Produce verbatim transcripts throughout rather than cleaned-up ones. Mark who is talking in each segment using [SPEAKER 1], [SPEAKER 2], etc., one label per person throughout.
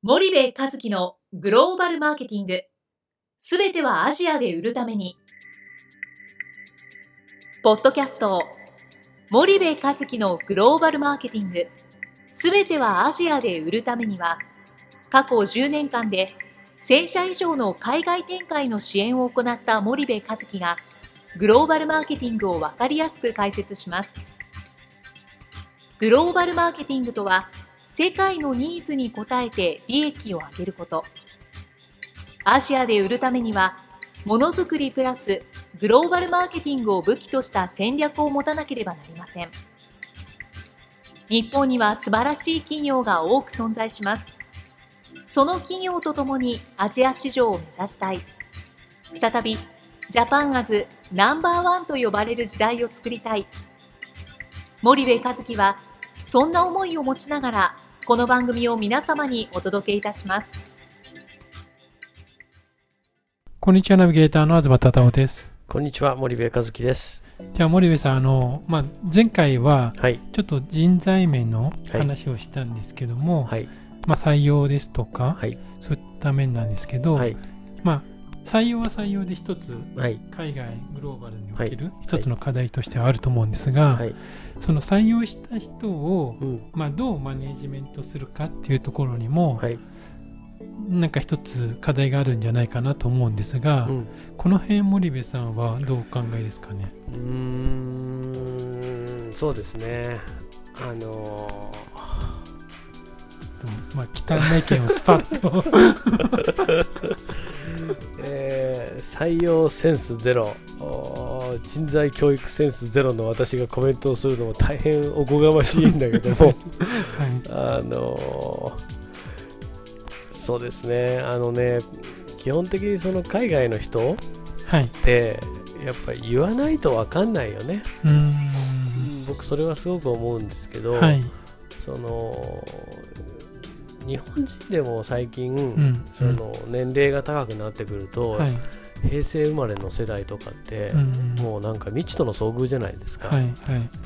[SPEAKER 1] 森部一樹のグローバルマーケティング、すべてはアジアで売るために。ポッドキャスト森部一樹のグローバルマーケティング、すべてはアジアで売るためには、過去じゅうねんかんでせんしゃ以上の海外展開の支援を行った森部一樹がグローバルマーケティングを分かりやすく解説します。グローバルマーケティングとは、世界のニーズに応えて利益を上げること。アジアで売るためには、ものづくりプラスグローバルマーケティングを武器とした戦略を持たなければなりません。日本には素晴らしい企業が多く存在します。その企業とともにアジア市場を目指したい。再びジャパンアズナンバーワンと呼ばれる時代を作りたい。森部一樹はそんな思いを持ちながら、この番組を皆様にお届けいたします。
[SPEAKER 2] こんにちは、ナビゲーターの東忠夫です。
[SPEAKER 3] こんにちは、森部一樹です。
[SPEAKER 2] じゃあ森部さん、あの、まあ、前回は
[SPEAKER 3] はい、
[SPEAKER 2] ちょっと人材面の話をしたんですけども、
[SPEAKER 3] はい、
[SPEAKER 2] まあ、採用ですとか、
[SPEAKER 3] はい、
[SPEAKER 2] そういった面なんですけど、
[SPEAKER 3] はい、
[SPEAKER 2] まあ、採用は採用で一つ、
[SPEAKER 3] はい、
[SPEAKER 2] 海外グローバルにおける
[SPEAKER 3] はい
[SPEAKER 2] 一つの課題としてはあると思うんですが、
[SPEAKER 3] はい、
[SPEAKER 2] その採用した人を、
[SPEAKER 3] うん、
[SPEAKER 2] まあ、どうマネージメントするかっていうところにも、
[SPEAKER 3] はい、
[SPEAKER 2] なんか一つ課題があるんじゃないかなと思うんですが、
[SPEAKER 3] うん、
[SPEAKER 2] この辺森部さんはどうお考えですかね。
[SPEAKER 3] うーん、そうですね。あの
[SPEAKER 2] まあ、忌憚な意見をスパッと、
[SPEAKER 3] えー、採用センスゼロ、人材教育センスゼロの私がコメントをするのも大変おこがましいんだけども、はい、あのそうですね、あのね、基本的にその海外の人って、はい、やっぱり言わないと分かんないよね。うーん、僕それはすごく思うんですけど、はい、その日本人でも最近、うん、その年齢が高くなってくると、はい、平成生まれの世代とかって、うん、もうなんか未知との遭遇じゃないですか、はいはい、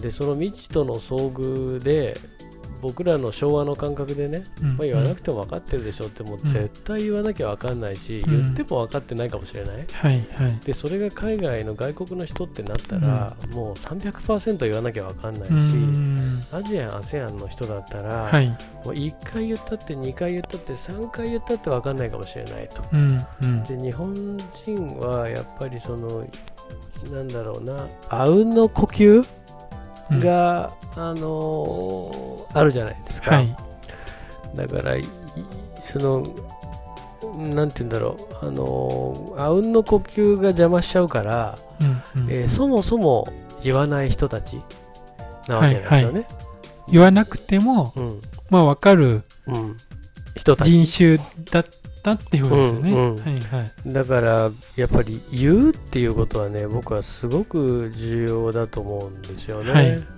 [SPEAKER 3] でその未知との遭遇で僕らの昭和の感覚でね、うんまあ、言わなくても分かってるでしょって、もう絶対言わなきゃ分かんないし、うん、言っても分かってないかもしれない、はいはい、でそれが海外の外国の人ってなったら、うん、もう さんびゃくパーセント 言わなきゃ分かんないし、うん、アジアン、アセアンの人だったら、はい、もういっかい言ったってにかい言ったってさんかい言ったって分かんないかもしれないと、うんうん、で日本人はやっぱりそのなんだろうな、あうんの呼吸が、うん、あのー、あるじゃないですか、はい、だからそのなんて言うんだろう、あのー、あうんの呼吸が邪魔しちゃうから、うんうんえー、そもそも言わない人たちなわけなんですよね、はいはい、
[SPEAKER 2] 言わなくても、うん、まあ分かる、うん、人たち人種だったっていうことですよね、うんうんはいはい、
[SPEAKER 3] だからやっぱり言うっていうことはね、僕はすごく重要だと思うんですよね、はい、う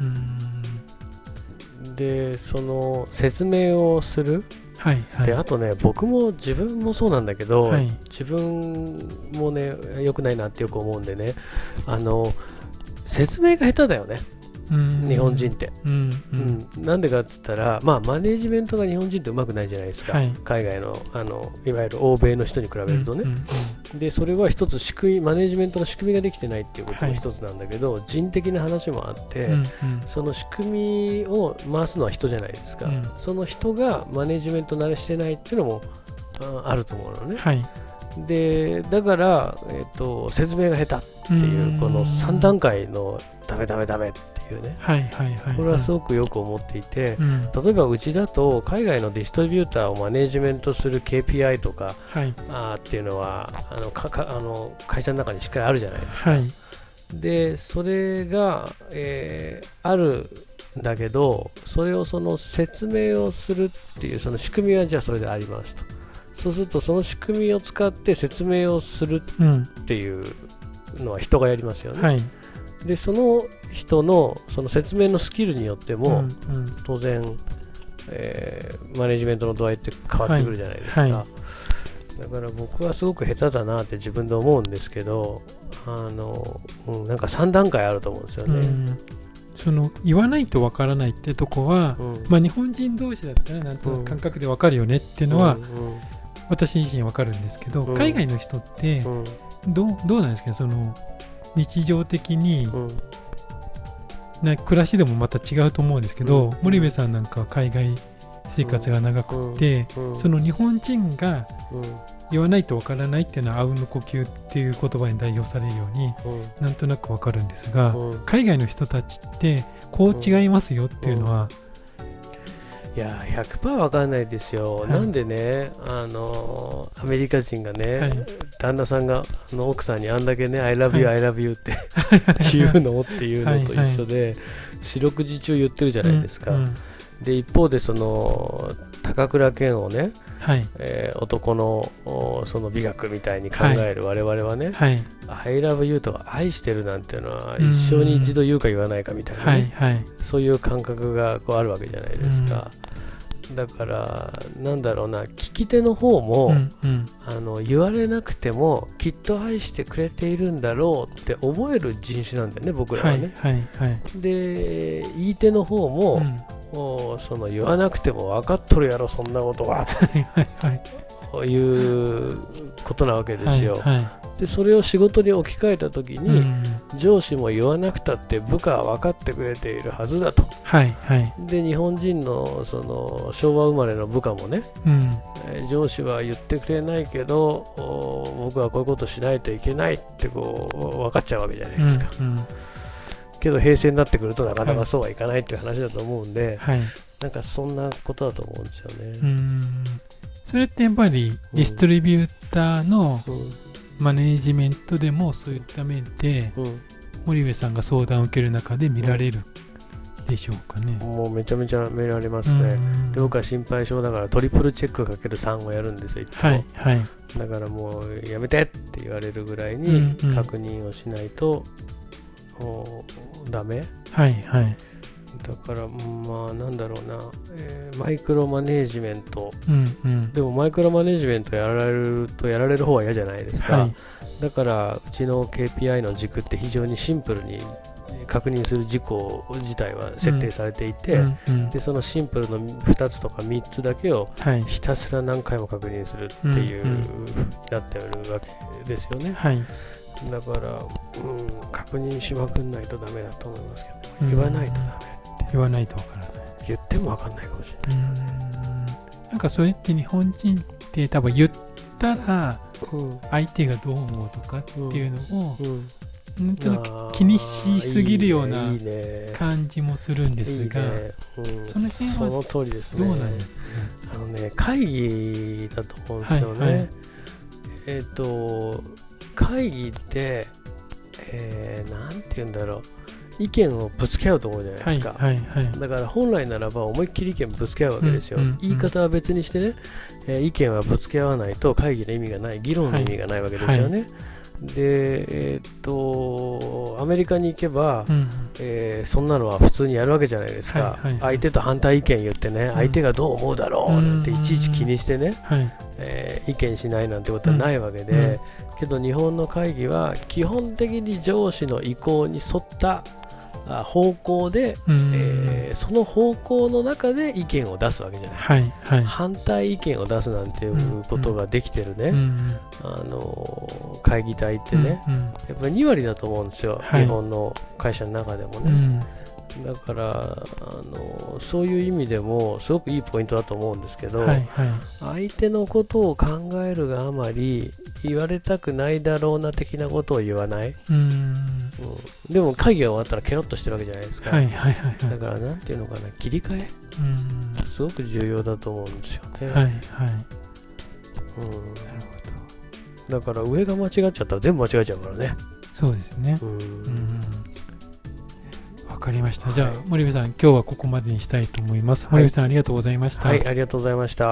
[SPEAKER 3] ーんでその説明をする、はいはい、であとね、僕も自分もそうなんだけど、はい、自分もね良くないなってよく思うんでね、あの説明が下手だよね、日本人って、うんうんうん、なんでかっつったら、まあ、マネージメントが日本人ってうまくないじゃないですか、はい、海外 の, あのいわゆる欧米の人に比べるとね、うんうんうん、でそれは一つ仕組み、マネージメントの仕組みができてないっていうことも一つなんだけど、はい、人的な話もあって、うんうん、その仕組みを回すのは人じゃないですか、うん、その人がマネージメント慣れしてないっていうのも あ, あると思うのね、はい、でだから、えーと、説明が下手っていうこのさん段階のダメダメダメっていうね、はいはいはいはい、これはすごくよく思っていて、うん、例えばうちだと海外のディストリビューターをマネージメントする ケーピーアイ とか、はい、あっていうのはあのかかあの会社の中にしっかりあるじゃないですか、はい、でそれが、えー、あるんだけど、それをその説明をするっていうその仕組みはじゃあそれでありますと、そうするとその仕組みを使って説明をするっていうのは人がやりますよね、はい、でその人のその説明のスキルによっても、うんうん、当然、えー、マネジメントの度合いって変わってくるじゃないですか、はいはい、だから僕はすごく下手だなって自分で思うんですけど、あの、うん、なんかさん段階あると思うんですよね、うん、
[SPEAKER 2] その言わないとわからないってとこは、うん、まあ、日本人同士だったらなんとなく感覚でわかるよねっていうのは、うんうん、私自身わかるんですけど、うん、海外の人ってどう、どうなんですかね、その日常的に、うん、な暮らしでもまた違うと思うんですけど、うん、森部さんなんかは海外生活が長くて、うんうん、その日本人が言わないとわからないっていうのはあうんの呼吸っていう言葉に代表されるように、うん、なんとなくわかるんですが、うん、海外の人たちってこう違いますよっていうのは、
[SPEAKER 3] うん、いや ひゃくパーセント わかんないですよ、はい、なんでね、あのアメリカ人がね、はい、旦那さんがあの奥さんにあんだけね I love you、はい、I love you って言うのっていうのと一緒で、はいはい、四六時中言ってるじゃないですか、うんうん、で一方でその高倉健をね、はい、えー、男のその美学みたいに考える我々はね、はい、I love you とか愛してるなんていうのは一生に一度言うか言わないかみたいな、ね、はいはい、そういう感覚がこうあるわけじゃないですか。だからなんだろうな、聞き手の方も、うんうん、あの言われなくてもきっと愛してくれているんだろうって覚える人種なんだよね、僕らはね、はいはいはい、で言い手の方も、うん、もうその言わなくても分かっとるやろそんなことはということなわけですよ、はいはい、でそれを仕事に置き換えた時に、うん、上司も言わなくたって部下は分かってくれているはずだと、はいはい、で日本人 の, その昭和生まれの部下もね、うん、え上司は言ってくれないけど僕はこういうことしないといけないってこう分かっちゃうわけじゃないですか、うんうん、けど平成になってくるとなかなかそうはいかないっていう話だと思うんで、はい、なんかそんなことだと思うんですよね。
[SPEAKER 2] うーん、それってやっぱりディストリビューターのマネージメントでもそういった面で、うん、森部さんが相談を受ける中で見られるでしょうかね。
[SPEAKER 3] もうめちゃめちゃ見られますね。で僕は心配性だからトリプルチェックかけるさんをやるんですよ、いつも、はいはい、だからもうやめてって言われるぐらいに確認をしないと、うんうん、ダメ、はいはい、だからまあなんだろうな、えー、マイクロマネージメント、うんうん、でもマイクロマネージメントやられるとやられる方は嫌じゃないですか、はい、だからうちの ケーピーアイ の軸って非常にシンプルに確認する事項自体は設定されていて、うんうん、でそのシンプルのふたつとかみっつだけをひたすら何回も確認するっていう風になっているわけですよね、はい、だから、うん、確認しまくんないとダメだと思いますけど、うん、言わないとダメって
[SPEAKER 2] 言わないとわからない、
[SPEAKER 3] 言ってもわかんないかもしれない。
[SPEAKER 2] うん、なんかそれって日本人って多分言ったら相手がどう思うとかっていうのを、うんうんなんとなく気にしすぎるような感じもするんですが、いいねいいね、うん、その辺は
[SPEAKER 3] その通りですね。
[SPEAKER 2] どうなんですかね。
[SPEAKER 3] あのね、会議だと思うんですよね、はいはい、えっ、ー、と会議って、えー、なんて言うんだろう、意見をぶつけ合うと思うじゃないですか、はいはいはい、だから本来ならば思いっきり意見ぶつけ合うわけですよ、うんうんうん、言い方は別にしてね、えー、意見はぶつけ合わないと会議の意味がない、議論の意味がないわけですよね、はいはい、で、えー、っとアメリカに行けば、うんえー、そんなのは普通にやるわけじゃないですか、はいはいはい、相手と反対意見言ってね、うん、相手がどう思うだろうなんていちいち気にしてね、はいえー、意見しないなんてことはないわけで、うんうん、けど日本の会議は基本的に上司の意向に沿った方向で、えー、その方向の中で意見を出すわけじゃない、はいはい、反対意見を出すなんていうことができてるね、うんうん、あの会議体ってね、うんうん、やっぱりにわりだと思うんですよ、はい、日本の会社の中でもね、うん、だからあのそういう意味でもすごくいいポイントだと思うんですけど、はいはい、相手のことを考えるがあまり言われたくないだろうな的なことを言わない、うんうんでも会議が終わったらケロッとしてるわけじゃないですか、はいはいはいはい、だからなんていうのかな、切り替えうんすごく重要だと思うんですよね、はいはい、うん、なるほど。だから上が間違っちゃったら全部間違えちゃうからね。
[SPEAKER 2] そうですね。うんうんわかりました。じゃあ、はい、森部さん今日はここまでにしたいと思います、はい、森部さんありがとうございました。
[SPEAKER 3] はい、ありがとうございました。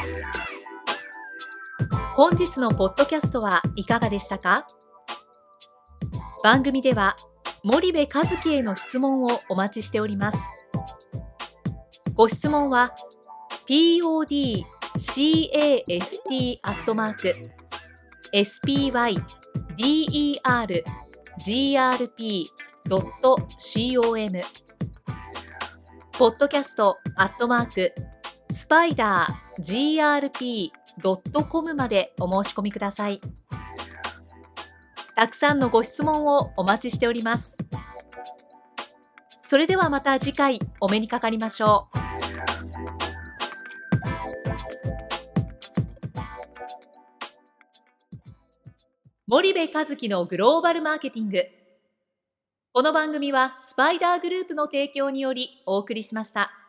[SPEAKER 1] 本日のポッドキャストはいかがでしたか？番組では森部一樹への質問をお待ちしております。ご質問は ピーオーディーキャスト アットマーク エスピーワイディーイーアールジーアールピードットコム ポッドキャストアットマークスパイダー ジーアールピー ドットコム までお申し込みください。たくさんのご質問をお待ちしております。それではまた次回お目にかかりましょう。森部一樹のグローバルマーケティング。この番組はスパイダーグループの提供によりお送りしました。